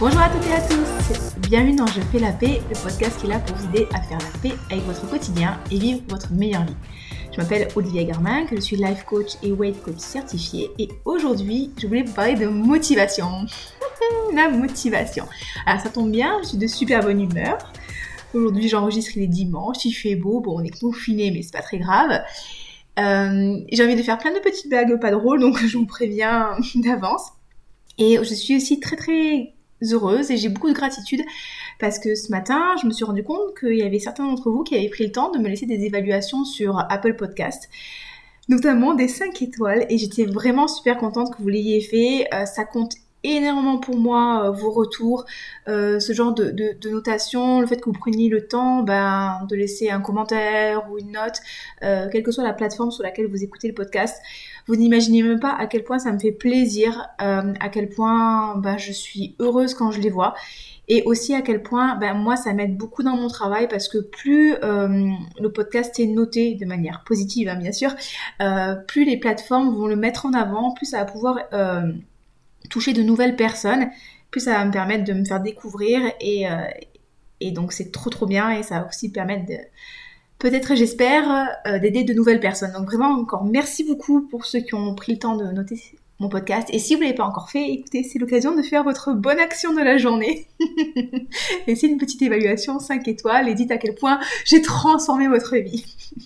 Bonjour à toutes et à tous, bienvenue dans Je fais la paix, le podcast qui est là pour vous aider à faire la paix avec votre quotidien et vivre votre meilleure vie. Je m'appelle Olivia Garmin, je suis life coach et weight coach certifiée et aujourd'hui je voulais vous parler de motivation. La motivation. Alors ça tombe bien, je suis de super bonne humeur. Aujourd'hui j'enregistre les dimanches, il fait beau, bon on est confinés mais c'est pas très grave. J'ai envie de faire plein de petites blagues pas drôles donc je vous préviens d'avance. Et je suis aussi très très heureuse et j'ai beaucoup de gratitude parce que ce matin, je me suis rendu compte qu'il y avait certains d'entre vous qui avaient pris le temps de me laisser des évaluations sur Apple Podcast, notamment des 5 étoiles et j'étais vraiment super contente que vous l'ayez fait. Ça compte énormément pour moi, vos retours, ce genre de notation, le fait que vous preniez le temps de laisser un commentaire ou une note, quelle que soit la plateforme sur laquelle vous écoutez le podcast. Vous n'imaginez même pas à quel point ça me fait plaisir, à quel point je suis heureuse quand je les vois. Et aussi à quel point, moi, ça m'aide beaucoup dans mon travail parce que plus le podcast est noté de manière positive, bien sûr, plus les plateformes vont le mettre en avant, plus ça va pouvoir toucher de nouvelles personnes, plus ça va me permettre de me faire découvrir et donc c'est trop bien et ça va aussi permettre de, peut-être j'espère, d'aider de nouvelles personnes. Donc vraiment encore merci beaucoup pour ceux qui ont pris le temps de noter mon podcast et si vous ne l'avez pas encore fait, écoutez, c'est l'occasion de faire votre bonne action de la journée. Laissez une petite évaluation 5 étoiles et dites à quel point j'ai transformé votre vie.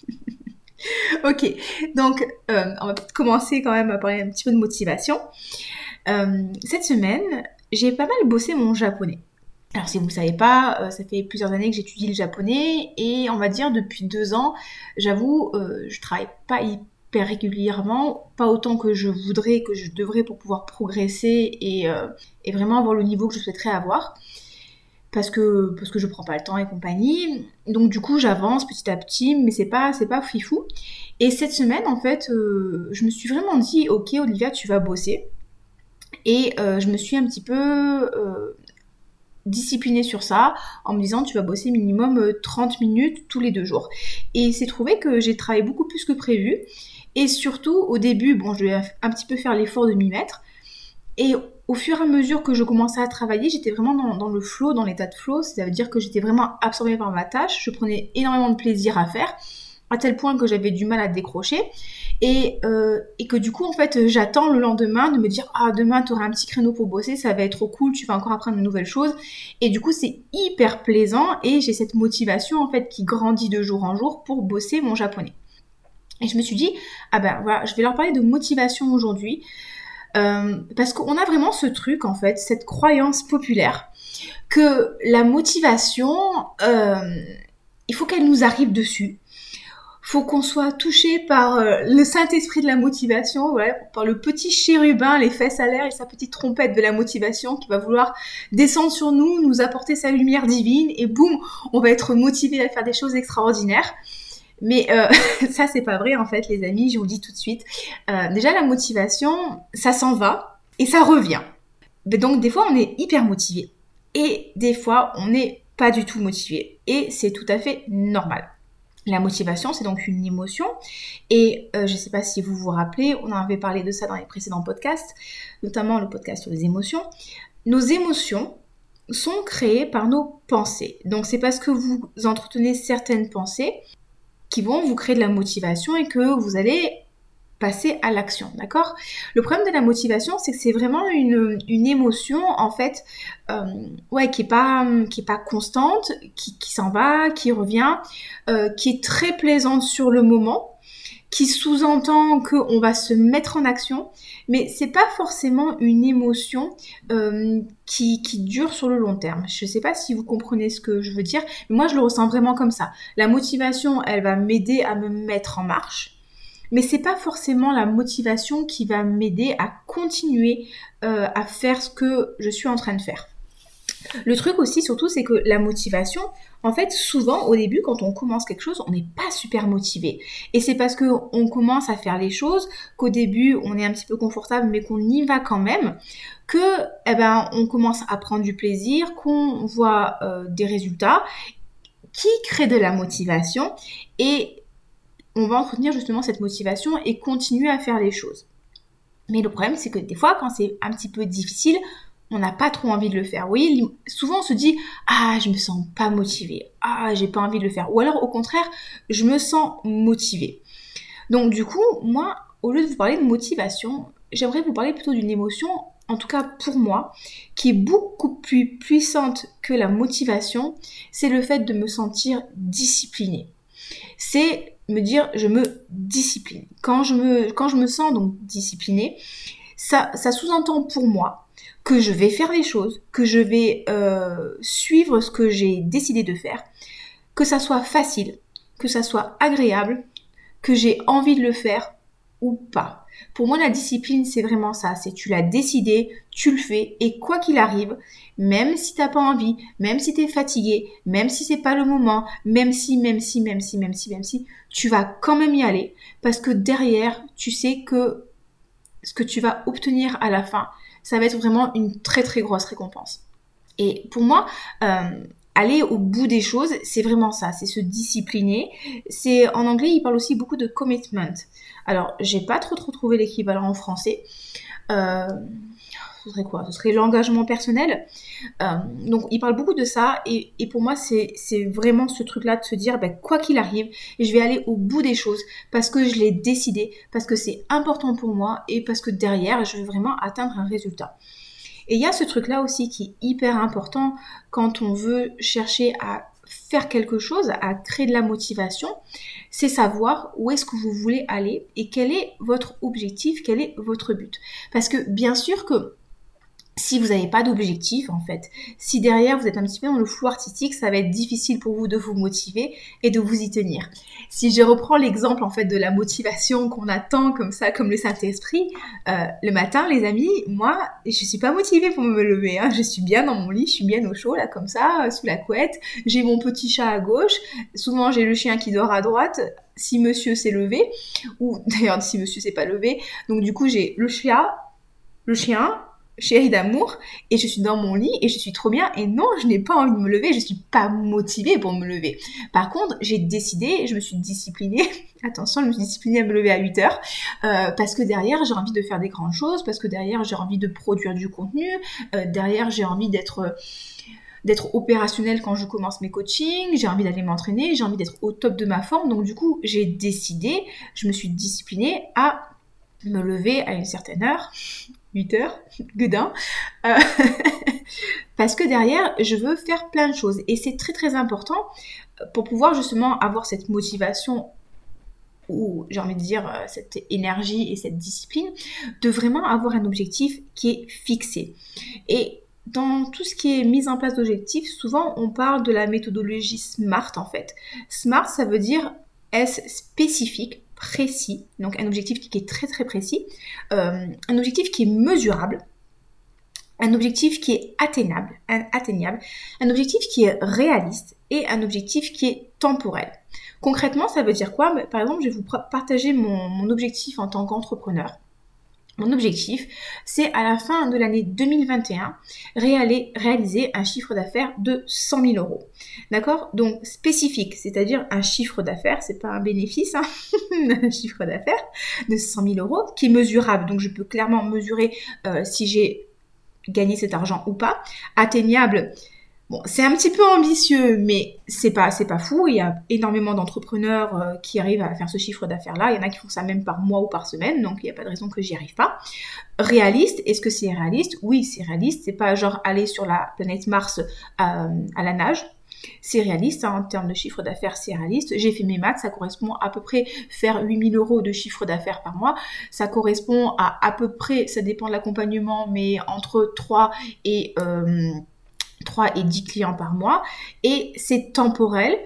Ok, donc on va peut-être commencer quand même à parler un petit peu de motivation. Cette semaine, j'ai pas mal bossé mon japonais. Alors si vous ne savez pas, ça fait plusieurs années que j'étudie le japonais et on va dire depuis 2 ans, j'avoue, je travaille pas hyper régulièrement, pas autant que je voudrais, que je devrais pour pouvoir progresser et vraiment avoir le niveau que je souhaiterais avoir. Parce que je prends pas le temps et compagnie. Donc du coup, j'avance petit à petit, mais c'est pas fifou. Et cette semaine, en fait, je me suis vraiment dit, ok Olivia, tu vas bosser. Et je me suis un petit peu disciplinée sur ça en me disant tu vas bosser minimum 30 minutes tous les 2 jours. Et c'est trouvé que j'ai travaillé beaucoup plus que prévu. Et surtout au début, je vais un petit peu faire l'effort de m'y mettre. Et au fur et à mesure que je commençais à travailler, j'étais vraiment dans le flow, dans l'état de flow. Ça veut dire que j'étais vraiment absorbée par ma tâche. Je prenais énormément de plaisir à faire, à tel point que j'avais du mal à décrocher. Et que du coup, en fait, j'attends le lendemain de me dire « Ah, demain, tu auras un petit créneau pour bosser, ça va être trop cool, tu vas encore apprendre de nouvelles choses. » Et du coup, c'est hyper plaisant et j'ai cette motivation, en fait, qui grandit de jour en jour pour bosser mon japonais. Et je me suis dit « Ah voilà, je vais leur parler de motivation aujourd'hui. » Parce qu'on a vraiment ce truc, en fait, cette croyance populaire que la motivation, il faut qu'elle nous arrive dessus. Faut qu'on soit touché par le Saint-Esprit de la motivation, par le petit chérubin, les fesses à l'air et sa petite trompette de la motivation qui va vouloir descendre sur nous, nous apporter sa lumière divine et boum, on va être motivé à faire des choses extraordinaires. Mais ça, c'est pas vrai en fait, les amis, je vous le dis tout de suite. Déjà, la motivation, ça s'en va et ça revient. Mais donc, des fois, on est hyper motivé et des fois, on n'est pas du tout motivé et c'est tout à fait normal. La motivation, c'est donc une émotion et je ne sais pas si vous vous rappelez, on en avait parlé de ça dans les précédents podcasts, notamment le podcast sur les émotions. Nos émotions sont créées par nos pensées. Donc c'est parce que vous entretenez certaines pensées qui vont vous créer de la motivation et que vous allez passer à l'action, d'accord ? Le problème de la motivation, c'est que c'est vraiment une émotion, en fait, qui est pas constante, qui s'en va, qui revient, qui est très plaisante sur le moment, qui sous-entend qu'on va se mettre en action, mais c'est pas forcément une émotion qui dure sur le long terme. Je sais pas si vous comprenez ce que je veux dire, mais moi je le ressens vraiment comme ça. La motivation, elle va m'aider à me mettre en marche, mais c'est pas forcément la motivation qui va m'aider à continuer à faire ce que je suis en train de faire. Le truc aussi, surtout, c'est que la motivation, en fait, souvent, au début, quand on commence quelque chose, on n'est pas super motivé. Et c'est parce qu'on commence à faire les choses, qu'au début, on est un petit peu confortable, mais qu'on y va quand même, on commence à prendre du plaisir, qu'on voit des résultats qui créent de la motivation et on va entretenir justement cette motivation et continuer à faire les choses. Mais le problème, c'est que des fois, quand c'est un petit peu difficile, on n'a pas trop envie de le faire. Vous voyez, souvent on se dit « Ah, je me sens pas motivée. Ah, j'ai pas envie de le faire. » Ou alors au contraire, je me sens motivée. Donc du coup, moi, au lieu de vous parler de motivation, j'aimerais vous parler plutôt d'une émotion, en tout cas pour moi, qui est beaucoup plus puissante que la motivation, c'est le fait de me sentir disciplinée. C'est me dire je me discipline. Quand je me sens donc disciplinée, ça sous-entend pour moi que je vais faire les choses, que je vais suivre ce que j'ai décidé de faire, que ça soit facile, que ça soit agréable, que j'ai envie de le faire ou pas. Pour moi, la discipline, c'est vraiment ça. C'est tu l'as décidé, tu le fais, et quoi qu'il arrive, même si t'as pas envie, même si t'es fatigué, même si c'est pas le moment, même si, tu vas quand même y aller, parce que derrière, tu sais que ce que tu vas obtenir à la fin, ça va être vraiment une très très grosse récompense. Et pour moi, aller au bout des choses, c'est vraiment ça, c'est se discipliner. C'est, en anglais, il parle aussi beaucoup de commitment. Alors, j'ai pas trop trouvé l'équivalent en français. Ce serait quoi ? Ce serait l'engagement personnel. Donc, il parle beaucoup de ça. Et pour moi, c'est vraiment ce truc-là de se dire, quoi qu'il arrive, je vais aller au bout des choses parce que je l'ai décidé, parce que c'est important pour moi et parce que derrière, je veux vraiment atteindre un résultat. Et il y a ce truc-là aussi qui est hyper important quand on veut chercher à faire quelque chose, à créer de la motivation, c'est savoir où est-ce que vous voulez aller et quel est votre objectif, quel est votre but. Parce que bien sûr que si vous n'avez pas d'objectif, en fait, si derrière vous êtes un petit peu dans le flou artistique, ça va être difficile pour vous de vous motiver et de vous y tenir. Si je reprends l'exemple en fait de la motivation qu'on attend comme ça, comme le Saint-Esprit, le matin, les amis, moi, je suis pas motivée pour me lever. Je suis bien dans mon lit, je suis bien au chaud là comme ça, sous la couette. J'ai mon petit chat à gauche. Souvent, j'ai le chien qui dort à droite. Si monsieur s'est levé, ou d'ailleurs si monsieur s'est pas levé, donc du coup j'ai le chien, chérie d'amour, et je suis dans mon lit et je suis trop bien, et non, je n'ai pas envie de me lever, je suis pas motivée pour me lever. Par contre, j'ai décidé, je me suis disciplinée, attention, je me suis disciplinée à me lever à 8h, parce que derrière, j'ai envie de faire des grandes choses, parce que derrière, j'ai envie de produire du contenu, derrière, j'ai envie d'être opérationnelle quand je commence mes coachings, j'ai envie d'aller m'entraîner, j'ai envie d'être au top de ma forme, donc du coup, j'ai décidé, je me suis disciplinée à me lever à une certaine heure, 8h, gueudin, parce que derrière, je veux faire plein de choses. Et c'est très très important pour pouvoir justement avoir cette motivation ou j'ai envie de dire cette énergie et cette discipline, de vraiment avoir un objectif qui est fixé. Et dans tout ce qui est mise en place d'objectifs, souvent on parle de la méthodologie SMART en fait. SMART, ça veut dire S spécifique, précis, donc un objectif qui est très très précis, un objectif qui est mesurable, un objectif qui est atteignable, un objectif qui est réaliste et un objectif qui est temporel. Concrètement, ça veut dire quoi ? Par exemple, je vais vous partager mon objectif en tant qu'entrepreneur. Mon objectif, c'est à la fin de l'année 2021, réaliser un chiffre d'affaires de 100 000 euros. D'accord ? Donc spécifique, c'est-à-dire un chiffre d'affaires, c'est pas un bénéfice, un chiffre d'affaires de 100 000 euros qui est mesurable. Donc je peux clairement mesurer si j'ai gagné cet argent ou pas. Atteignable. Bon, c'est un petit peu ambitieux, mais c'est pas fou. Il y a énormément d'entrepreneurs qui arrivent à faire ce chiffre d'affaires-là. Il y en a qui font ça même par mois ou par semaine, donc il n'y a pas de raison que j'y arrive pas. Réaliste, est-ce que c'est réaliste ? Oui, c'est réaliste. C'est pas genre aller sur la planète Mars à la nage. C'est réaliste, en termes de chiffre d'affaires, c'est réaliste. J'ai fait mes maths, ça correspond à peu près faire 8 000 euros de chiffre d'affaires par mois. Ça correspond à peu près, ça dépend de l'accompagnement, mais entre 3 et 10 clients par mois, et c'est temporel,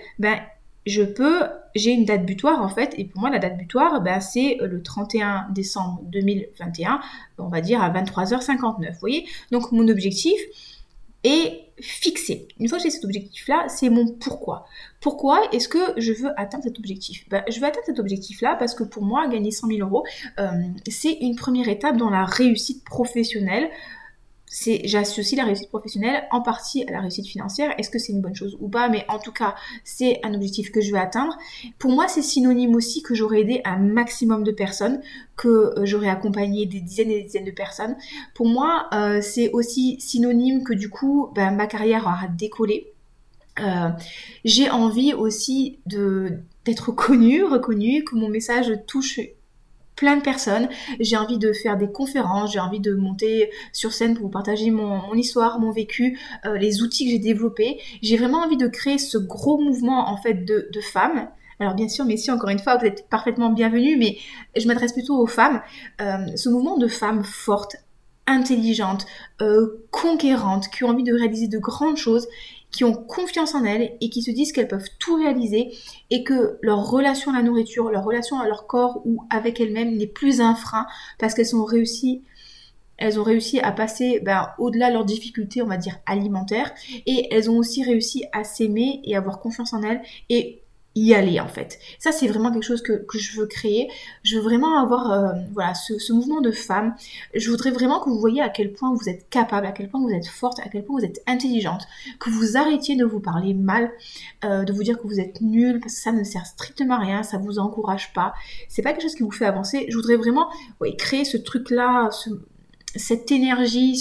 j'ai une date butoir en fait, et pour moi la date butoir, c'est le 31 décembre 2021, on va dire à 23h59, vous voyez. Donc mon objectif est fixé. Une fois que j'ai cet objectif-là, c'est mon pourquoi. Pourquoi est-ce que je veux atteindre cet objectif ? Je veux atteindre cet objectif-là parce que pour moi, gagner 100 000 euros, c'est une première étape dans la réussite professionnelle j'associe la réussite professionnelle en partie à la réussite financière. Est-ce que c'est une bonne chose ou pas? Mais en tout cas, c'est un objectif que je veux atteindre. Pour moi, c'est synonyme aussi que j'aurais aidé un maximum de personnes, que j'aurais accompagné des dizaines et des dizaines de personnes. Pour moi, c'est aussi synonyme que du coup, ma carrière aura décollé. J'ai envie aussi d'être reconnue, que mon message touche plein de personnes. J'ai envie de faire des conférences, j'ai envie de monter sur scène pour vous partager mon histoire, mon vécu, les outils que j'ai développés. J'ai vraiment envie de créer ce gros mouvement en fait de femmes. Alors bien sûr, messieurs, encore une fois, vous êtes parfaitement bienvenus, mais je m'adresse plutôt aux femmes. Ce mouvement de femmes fortes, intelligentes, conquérantes, qui ont envie de réaliser de grandes choses, qui ont confiance en elles et qui se disent qu'elles peuvent tout réaliser et que leur relation à la nourriture, leur relation à leur corps ou avec elles-mêmes n'est plus un frein parce qu'elles ont réussi à passer au-delà de leurs difficultés, on va dire, alimentaires, et elles ont aussi réussi à s'aimer et avoir confiance en elles et y aller en fait. Ça c'est vraiment quelque chose que je veux créer. Je veux vraiment avoir ce mouvement de femmes. Je voudrais vraiment que vous voyez à quel point vous êtes capable, à quel point vous êtes forte, à quel point vous êtes intelligente, que vous arrêtiez de vous parler mal, de vous dire que vous êtes nulle, parce que ça ne sert strictement à rien, ça vous encourage pas. C'est pas quelque chose qui vous fait avancer. Je voudrais vraiment créer ce truc-là, cette énergie,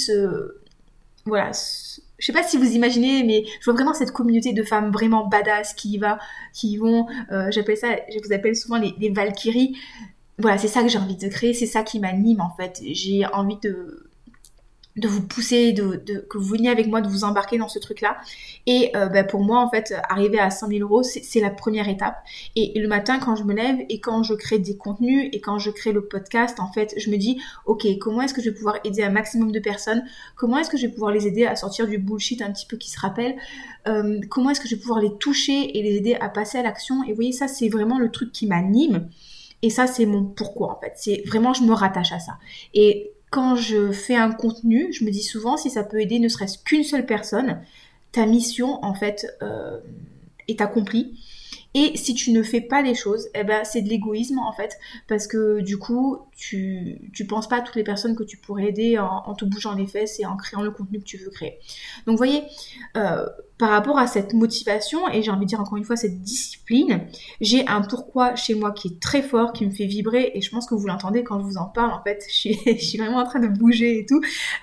je sais pas si vous imaginez, mais je vois vraiment cette communauté de femmes vraiment badass qui vont, je vous appelle souvent les Valkyries. Voilà, c'est ça que j'ai envie de créer, c'est ça qui m'anime en fait. J'ai envie de vous pousser, que vous veniez avec moi, de vous embarquer dans ce truc-là. Et pour moi, en fait, arriver à 100 000 €, c'est la première étape. Et le matin, quand je me lève et quand je crée des contenus et quand je crée le podcast, en fait, je me dis, ok, comment est-ce que je vais pouvoir aider un maximum de personnes? Comment est-ce que je vais pouvoir les aider à sortir du bullshit un petit peu qui se rappelle? Comment est-ce que je vais pouvoir les toucher et les aider à passer à l'action? Et vous voyez, ça, c'est vraiment le truc qui m'anime. Et ça, c'est mon pourquoi, en fait. C'est vraiment, je me rattache à ça. Et quand je fais un contenu, je me dis souvent, si ça peut aider ne serait-ce qu'une seule personne, ta mission, en fait, est accomplie. Et si tu ne fais pas les choses, c'est de l'égoïsme, en fait, parce que du coup, tu penses pas à toutes les personnes que tu pourrais aider en te bougeant les fesses et en créant le contenu que tu veux créer. Donc, vous voyez, par rapport à cette motivation, et j'ai envie de dire encore une fois, cette discipline, j'ai un pourquoi chez moi qui est très fort, qui me fait vibrer, et je pense que vous l'entendez quand je vous en parle, en fait, je suis vraiment en train de bouger et tout.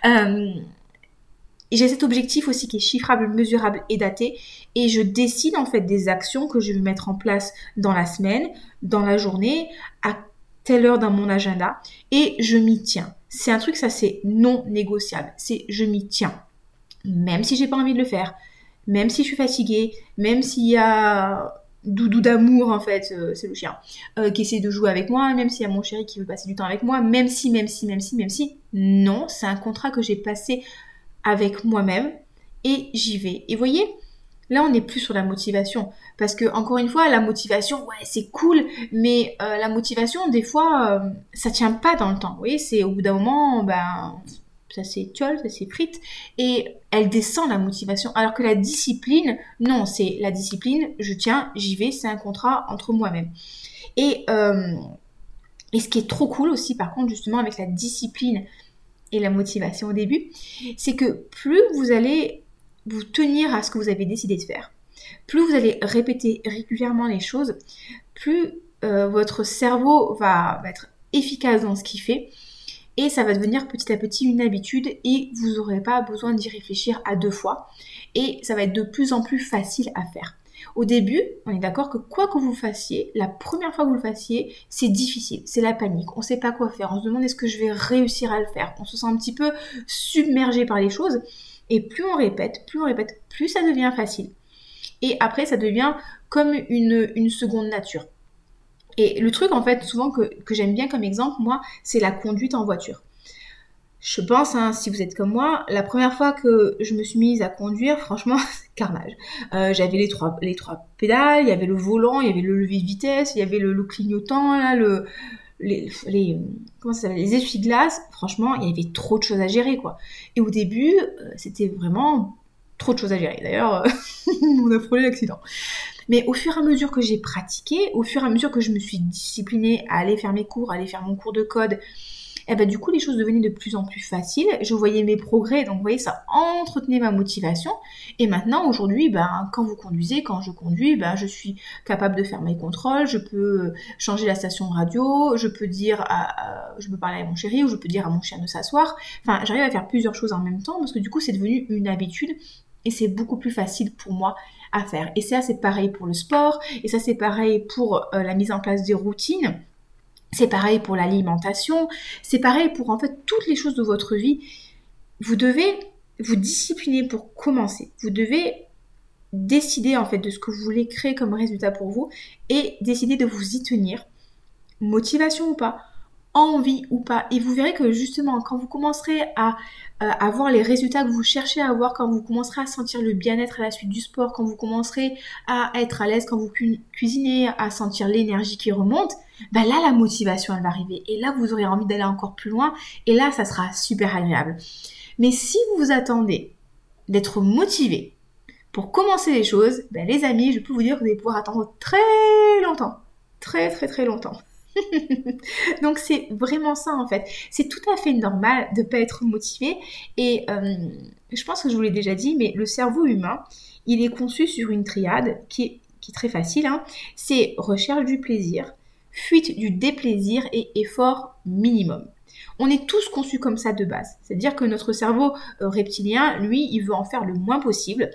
Et j'ai cet objectif aussi qui est chiffrable, mesurable et daté. Et je décide en fait des actions que je vais mettre en place dans la semaine, dans la journée, à telle heure dans mon agenda. Et je m'y tiens. C'est un truc, ça c'est non négociable. C'est je m'y tiens. Même si j'ai pas envie de le faire. Même si je suis fatiguée. Même s'il y a doudou d'amour en fait, c'est le chien, qui essaie de jouer avec moi. Même s'il y a mon chéri qui veut passer du temps avec moi. Même si. Non, c'est un contrat que j'ai passé avec moi-même et j'y vais. Et vous voyez, là on n'est plus sur la motivation parce que encore une fois la motivation c'est cool mais la motivation des fois ça tient pas dans le temps. Vous voyez, c'est au bout d'un moment ça s'étiole, ça s'effrite et elle descend la motivation, alors que la discipline, non, c'est la discipline, je tiens, j'y vais, c'est un contrat entre moi-même. Et ce qui est trop cool aussi par contre justement avec la discipline et la motivation au début, c'est que plus vous allez vous tenir à ce que vous avez décidé de faire, plus vous allez répéter régulièrement les choses, plus votre cerveau va être efficace dans ce qu'il fait et ça va devenir petit à petit une habitude et vous n'aurez pas besoin d'y réfléchir à 2 fois et ça va être de plus en plus facile à faire. Au début, on est d'accord que quoi que vous fassiez, la première fois que vous le fassiez, c'est difficile, c'est la panique, on ne sait pas quoi faire, on se demande est-ce que je vais réussir à le faire, on se sent un petit peu submergé par les choses, et plus on répète, plus ça devient facile. Et après, ça devient comme une seconde nature. Et le truc, en fait, souvent que j'aime bien comme exemple, moi, c'est la conduite en voiture. Je pense, si vous êtes comme moi, la première fois que je me suis mise à conduire, franchement, c'est carnage. J'avais les trois pédales, il y avait le volant, il y avait le levier de vitesse, il y avait le clignotant, là, les essuie-glaces. Franchement, il y avait trop de choses à gérer, quoi. Et au début, c'était vraiment trop de choses à gérer. D'ailleurs, on a frôlé l'accident. Mais au fur et à mesure que j'ai pratiqué, au fur et à mesure que je me suis disciplinée à aller faire mes cours, à aller faire mon cours de code, et ben du coup les choses devenaient de plus en plus faciles, je voyais mes progrès, donc vous voyez ça entretenait ma motivation, et maintenant aujourd'hui quand vous conduisez, quand je conduis, je suis capable de faire mes contrôles, je peux changer la station de radio, je peux je peux parler à mon chéri, ou je peux dire à mon chien de s'asseoir, enfin j'arrive à faire plusieurs choses en même temps, parce que du coup c'est devenu une habitude, et c'est beaucoup plus facile pour moi à faire. Et ça, c'est pareil pour le sport, et ça, c'est pareil pour la mise en place des routines, c'est pareil pour l'alimentation, c'est pareil pour en fait toutes les choses de votre vie. Vous devez vous discipliner pour commencer. Vous devez décider en fait de ce que vous voulez créer comme résultat pour vous et décider de vous y tenir, motivation ou pas, envie ou pas, et vous verrez que justement quand vous commencerez à avoir les résultats que vous cherchez à avoir, quand vous commencerez à sentir le bien-être à la suite du sport, quand vous commencerez à être à l'aise quand vous cuisinez, à sentir l'énergie qui remonte, là la motivation elle va arriver, et là vous aurez envie d'aller encore plus loin, et là ça sera super agréable. Mais si vous vous attendez d'être motivé pour commencer les choses, les amis, je peux vous dire que vous allez pouvoir attendre très longtemps, très très très longtemps. Donc c'est vraiment ça en fait, c'est tout à fait normal de ne pas être motivé, et je pense que je vous l'ai déjà dit, mais le cerveau humain, il est conçu sur une triade qui est très facile, c'est recherche du plaisir, fuite du déplaisir et effort minimum. On est tous conçus comme ça de base, c'est-à-dire que notre cerveau reptilien, lui, il veut en faire le moins possible,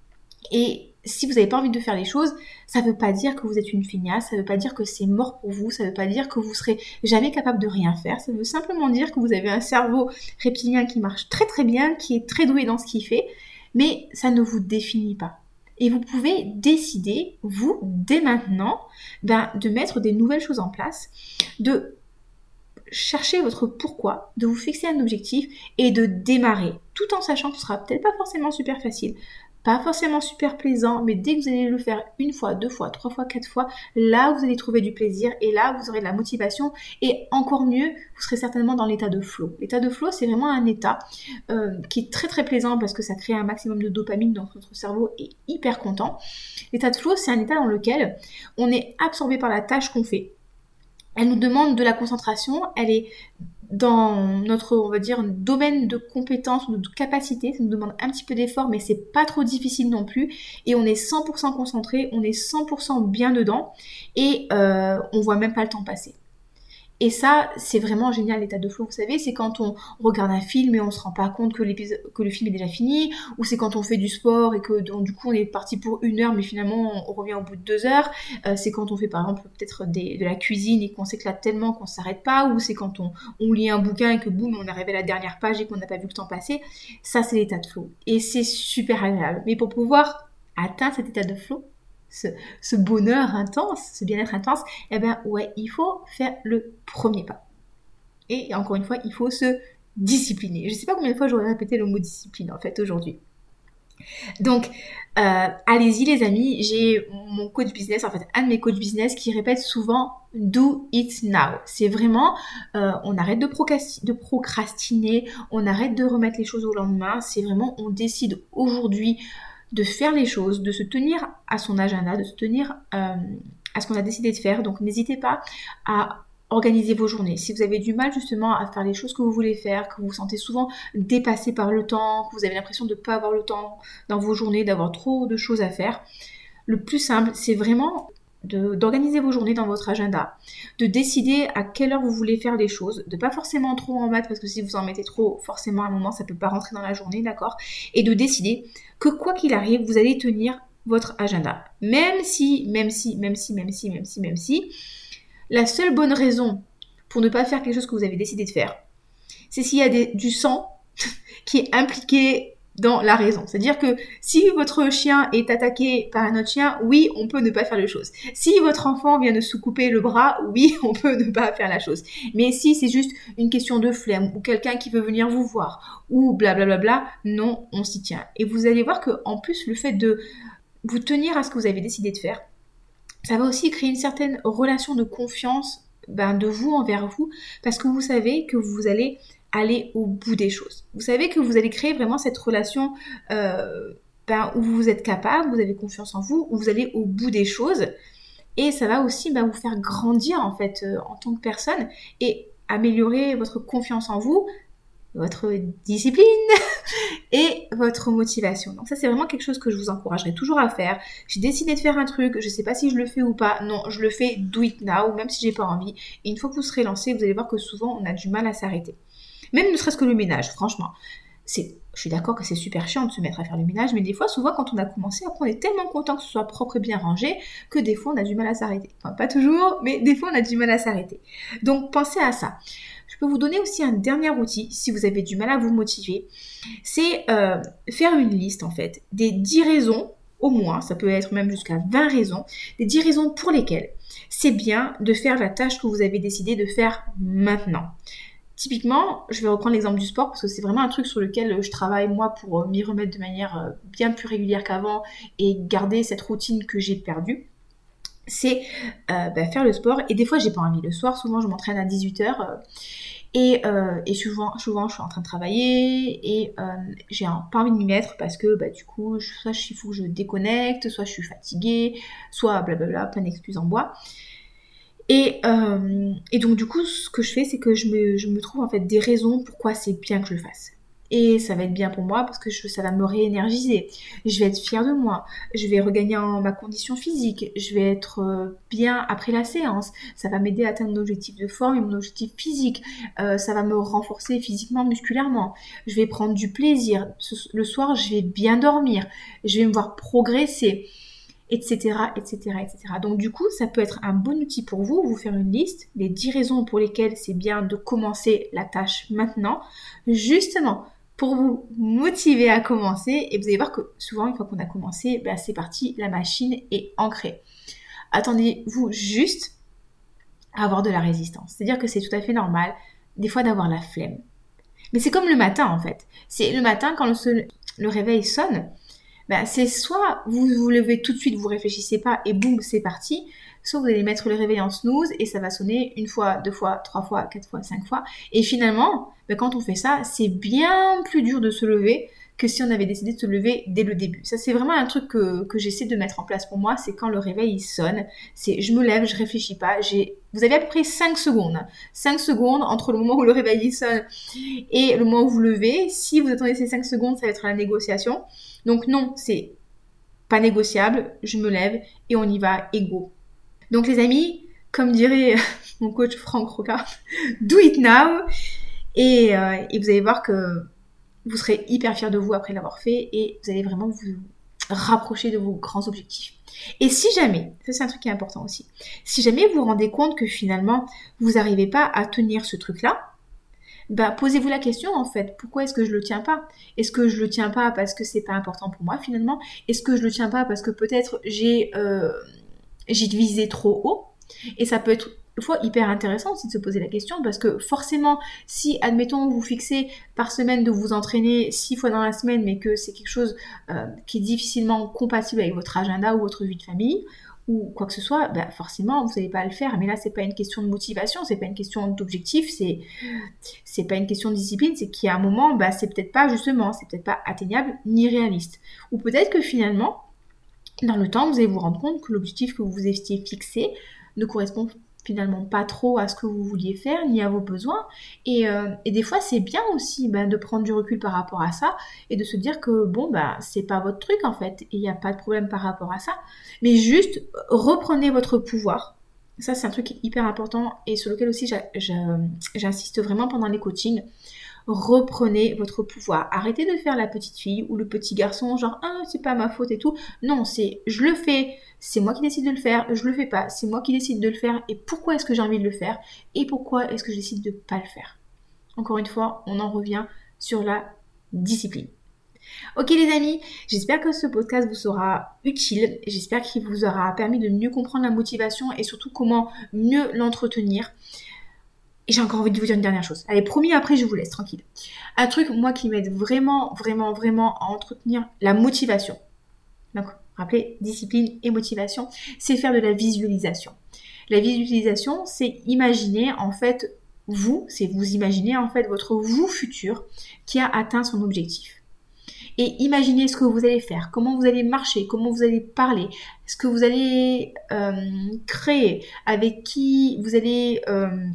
et si vous n'avez pas envie de faire les choses, ça ne veut pas dire que vous êtes une feignasse, ça ne veut pas dire que c'est mort pour vous, ça ne veut pas dire que vous serez jamais capable de rien faire, ça veut simplement dire que vous avez un cerveau reptilien qui marche très très bien, qui est très doué dans ce qu'il fait, mais ça ne vous définit pas. Et vous pouvez décider, vous, dès maintenant, de mettre des nouvelles choses en place, de chercher votre pourquoi, de vous fixer un objectif et de démarrer, tout en sachant que ce sera peut-être pas forcément super facile, pas forcément super plaisant, mais dès que vous allez le faire une fois, deux fois, trois fois, quatre fois, là vous allez trouver du plaisir, et là vous aurez de la motivation, et encore mieux, vous serez certainement dans l'état de flow. L'état de flow, c'est vraiment un état qui est très très plaisant, parce que ça crée un maximum de dopamine, donc notre cerveau est hyper content. L'état de flow, c'est un état dans lequel on est absorbé par la tâche qu'on fait. Elle nous demande de la concentration, elle est dans notre, on va dire, domaine de compétences ou de capacité, ça nous demande un petit peu d'effort, mais c'est pas trop difficile non plus, et on est 100% concentré, on est 100% bien dedans, et on voit même pas le temps passer. Et ça, c'est vraiment génial, l'état de flow, vous savez, c'est quand on regarde un film et on se rend pas compte que le film est déjà fini, ou c'est quand on fait du sport et que donc, du coup on est parti pour 1 heure mais finalement on revient au bout de 2 heures, c'est quand on fait par exemple peut-être de la cuisine et qu'on s'éclate tellement qu'on s'arrête pas, ou c'est quand on lit un bouquin et que boum, on arrive à la dernière page et qu'on n'a pas vu le temps passer. Ça, c'est l'état de flow, et c'est super agréable. Mais pour pouvoir atteindre cet état de flow, ce bonheur intense, ce bien-être intense, il faut faire le premier pas. Et encore une fois, il faut se discipliner. Je ne sais pas combien de fois j'aurais répété le mot discipline en fait aujourd'hui. Donc, allez-y les amis, j'ai mon coach business, en fait un de mes coachs business qui répète souvent « do it now ». C'est vraiment, on arrête de procrastiner, on arrête de remettre les choses au lendemain, c'est vraiment, on décide aujourd'hui de faire les choses, de se tenir à son agenda, de se tenir à ce qu'on a décidé de faire. Donc n'hésitez pas à organiser vos journées. Si vous avez du mal justement à faire les choses que vous voulez faire, que vous vous sentez souvent dépassé par le temps, que vous avez l'impression de ne pas avoir le temps dans vos journées, d'avoir trop de choses à faire, le plus simple, c'est vraiment d'organiser vos journées dans votre agenda, de décider à quelle heure vous voulez faire les choses, de pas forcément trop en mettre, parce que si vous en mettez trop, forcément à un moment ça peut pas rentrer dans la journée, d'accord, et de décider que quoi qu'il arrive, vous allez tenir votre agenda, même si, la seule bonne raison pour ne pas faire quelque chose que vous avez décidé de faire, c'est s'il y a du sang qui est impliqué dans la raison. C'est-à-dire que si votre chien est attaqué par un autre chien, oui, on peut ne pas faire la chose. Si votre enfant vient de se couper le bras, oui, on peut ne pas faire la chose. Mais si c'est juste une question de flemme, ou quelqu'un qui veut venir vous voir, ou blablabla, non, on s'y tient. Et vous allez voir que en plus, le fait de vous tenir à ce que vous avez décidé de faire, ça va aussi créer une certaine relation de confiance de vous envers vous, parce que vous savez que vous allez aller au bout des choses. Vous savez que vous allez créer vraiment cette relation où vous êtes capable, vous avez confiance en vous, où vous allez au bout des choses, et ça va aussi vous faire grandir en fait en tant que personne. Et améliorer votre confiance en vous, votre discipline et votre motivation. Donc ça, c'est vraiment quelque chose que je vous encouragerai toujours à faire. J'ai décidé de faire un truc, je sais pas si je le fais ou pas. Non, je le fais, do it now, même si j'ai pas envie. Et une fois que vous serez lancé, vous allez voir que souvent, on a du mal à s'arrêter. Même ne serait-ce que le ménage, franchement. Je suis d'accord que c'est super chiant de se mettre à faire le ménage, mais des fois, souvent, quand on a commencé, après, on est tellement content que ce soit propre et bien rangé que des fois, on a du mal à s'arrêter. Enfin, pas toujours, mais des fois, on a du mal à s'arrêter. Donc, pensez à ça. Je peux vous donner aussi un dernier outil, si vous avez du mal à vous motiver, c'est faire une liste, en fait, des 10 raisons, au moins, ça peut être même jusqu'à 20 raisons, des 10 raisons pour lesquelles c'est bien de faire la tâche que vous avez décidé de faire maintenant. Typiquement, je vais reprendre l'exemple du sport parce que c'est vraiment un truc sur lequel je travaille moi pour m'y remettre de manière bien plus régulière qu'avant et garder cette routine que j'ai perdue. C'est faire le sport. Et des fois, j'ai pas envie. Le soir, souvent, je m'entraîne à 18h et souvent, je suis en train de travailler et j'ai pas envie de m'y mettre parce que du coup, soit il faut que je déconnecte, soit je suis fatiguée, soit blablabla, plein d'excuses en bois. Et donc du coup, ce que je fais, c'est que je me trouve en fait des raisons pourquoi c'est bien que je le fasse. Et ça va être bien pour moi parce que ça va me réénergiser. Je vais être fière de moi. Je vais regagner ma condition physique. Je vais être bien après la séance. Ça va m'aider à atteindre mon objectif de forme et mon objectif physique. Ça va me renforcer physiquement, musculairement. Je vais prendre du plaisir. Le soir, je vais bien dormir. Je vais me voir progresser. Etc. Donc du coup, ça peut être un bon outil pour vous faire une liste des 10 raisons pour lesquelles c'est bien de commencer la tâche maintenant, justement pour vous motiver à commencer. Et vous allez voir que souvent, une fois qu'on a commencé, c'est parti, la machine est ancrée. Attendez-vous juste à avoir de la résistance. C'est-à-dire que c'est tout à fait normal, des fois, d'avoir la flemme. Mais c'est comme le matin, en fait. C'est le matin, quand le réveil sonne, c'est soit vous vous levez tout de suite, vous réfléchissez pas et boum, c'est parti, soit vous allez mettre le réveil en snooze et ça va sonner 1 fois, 2 fois, 3 fois, 4 fois, 5 fois. Et finalement, quand on fait ça, c'est bien plus dur de se lever que si on avait décidé de se lever dès le début. Ça, c'est vraiment un truc que j'essaie de mettre en place pour moi, c'est quand le réveil il sonne, c'est je me lève, je réfléchis pas, vous avez à peu près 5 secondes. 5 secondes entre le moment où le réveil il sonne et le moment où vous levez. Si vous attendez ces 5 secondes, ça va être la négociation. Donc non, c'est pas négociable, je me lève et on y va, et go. Donc les amis, comme dirait mon coach Franck Roca, do it now, et vous allez voir que vous serez hyper fiers de vous après l'avoir fait et vous allez vraiment vous rapprocher de vos grands objectifs. Et si jamais, ça c'est un truc qui est important aussi, si jamais vous vous rendez compte que finalement vous n'arrivez pas à tenir ce truc-là, posez-vous la question en fait, pourquoi est-ce que je le tiens pas? Est-ce que je le tiens pas parce que c'est pas important pour moi finalement? Est-ce que je le tiens pas parce que peut-être j'ai visé trop haut? Et ça peut être une fois hyper intéressant aussi de se poser la question parce que forcément, si admettons vous fixez par semaine de vous entraîner 6 fois dans la semaine mais que c'est quelque chose qui est difficilement compatible avec votre agenda ou votre vie de famille, ou quoi que ce soit, forcément, vous n'allez pas le faire. Mais là, c'est pas une question de motivation, c'est pas une question d'objectif, c'est pas une question de discipline, c'est qu'il y a un moment, c'est peut-être pas atteignable ni réaliste. Ou peut-être que finalement, dans le temps, vous allez vous rendre compte que l'objectif que vous étiez fixé ne correspond finalement pas trop à ce que vous vouliez faire, ni à vos besoins. Et des fois, c'est bien aussi de prendre du recul par rapport à ça et de se dire que c'est pas votre truc en fait, et il n'y a pas de problème par rapport à ça. Mais juste, reprenez votre pouvoir. Ça, c'est un truc hyper important et sur lequel aussi j'insiste vraiment pendant les coachings. Reprenez votre pouvoir. Arrêtez de faire la petite fille ou le petit garçon, genre c'est pas ma faute et tout. Non, c'est je le fais, c'est moi qui décide de le faire, je le fais pas, c'est moi qui décide de le faire et pourquoi est-ce que j'ai envie de le faire et pourquoi est-ce que je décide de pas le faire. Encore une fois, on en revient sur la discipline. Ok les amis, j'espère que ce podcast vous sera utile, j'espère qu'il vous aura permis de mieux comprendre la motivation et surtout comment mieux l'entretenir. Et j'ai encore envie de vous dire une dernière chose. Allez, promis, après je vous laisse tranquille. Un truc, moi, qui m'aide vraiment, vraiment, vraiment à entretenir la motivation. Donc, rappelez, discipline et motivation, c'est faire de la visualisation. La visualisation, c'est imaginer, en fait, vous imaginez, en fait, votre vous futur qui a atteint son objectif. Et imaginez ce que vous allez faire, comment vous allez marcher, comment vous allez parler, ce que vous allez créer, avec qui vous allez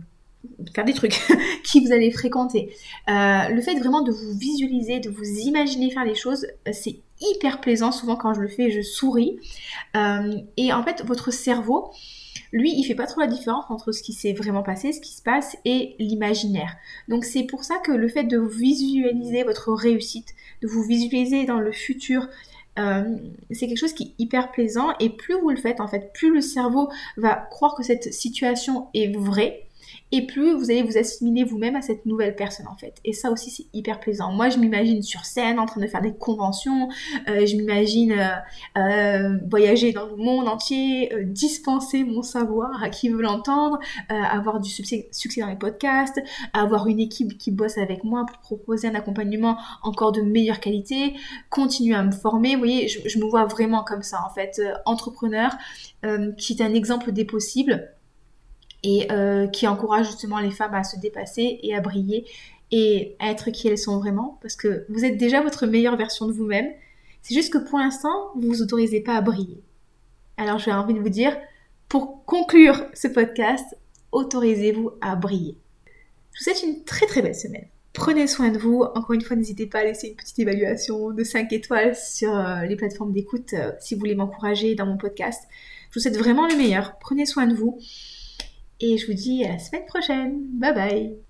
faire des trucs qui vous allez fréquenter. Le fait vraiment de vous visualiser, de vous imaginer faire les choses, c'est hyper plaisant. Souvent quand je le fais, je souris. Et en fait, votre cerveau, lui, il fait pas trop la différence entre ce qui s'est vraiment passé, ce qui se passe, et l'imaginaire. Donc c'est pour ça que le fait de visualiser votre réussite, de vous visualiser dans le futur, c'est quelque chose qui est hyper plaisant. Et plus vous le faites, en fait, plus le cerveau va croire que cette situation est vraie, et plus vous allez vous assimiler vous-même à cette nouvelle personne, en fait. Et ça aussi, c'est hyper plaisant. Moi, je m'imagine sur scène, en train de faire des conventions, je m'imagine voyager dans le monde entier, dispenser mon savoir à qui veut l'entendre, avoir du succès dans les podcasts, avoir une équipe qui bosse avec moi pour proposer un accompagnement encore de meilleure qualité, continuer à me former. Vous voyez, je me vois vraiment comme ça, en fait, entrepreneur, qui est un exemple des possibles, et qui encourage justement les femmes à se dépasser et à briller et à être qui elles sont vraiment, parce que vous êtes déjà votre meilleure version de vous-même. C'est juste que pour l'instant, vous vous autorisez pas à briller. Alors j'ai envie de vous dire, pour conclure ce podcast, autorisez-vous à briller. Je vous souhaite une très très belle semaine. Prenez soin de vous. Encore une fois, n'hésitez pas à laisser une petite évaluation de 5 étoiles sur les plateformes d'écoute si vous voulez m'encourager dans mon podcast. Je vous souhaite vraiment le meilleur. Prenez soin de vous. Et je vous dis à la semaine prochaine. Bye bye.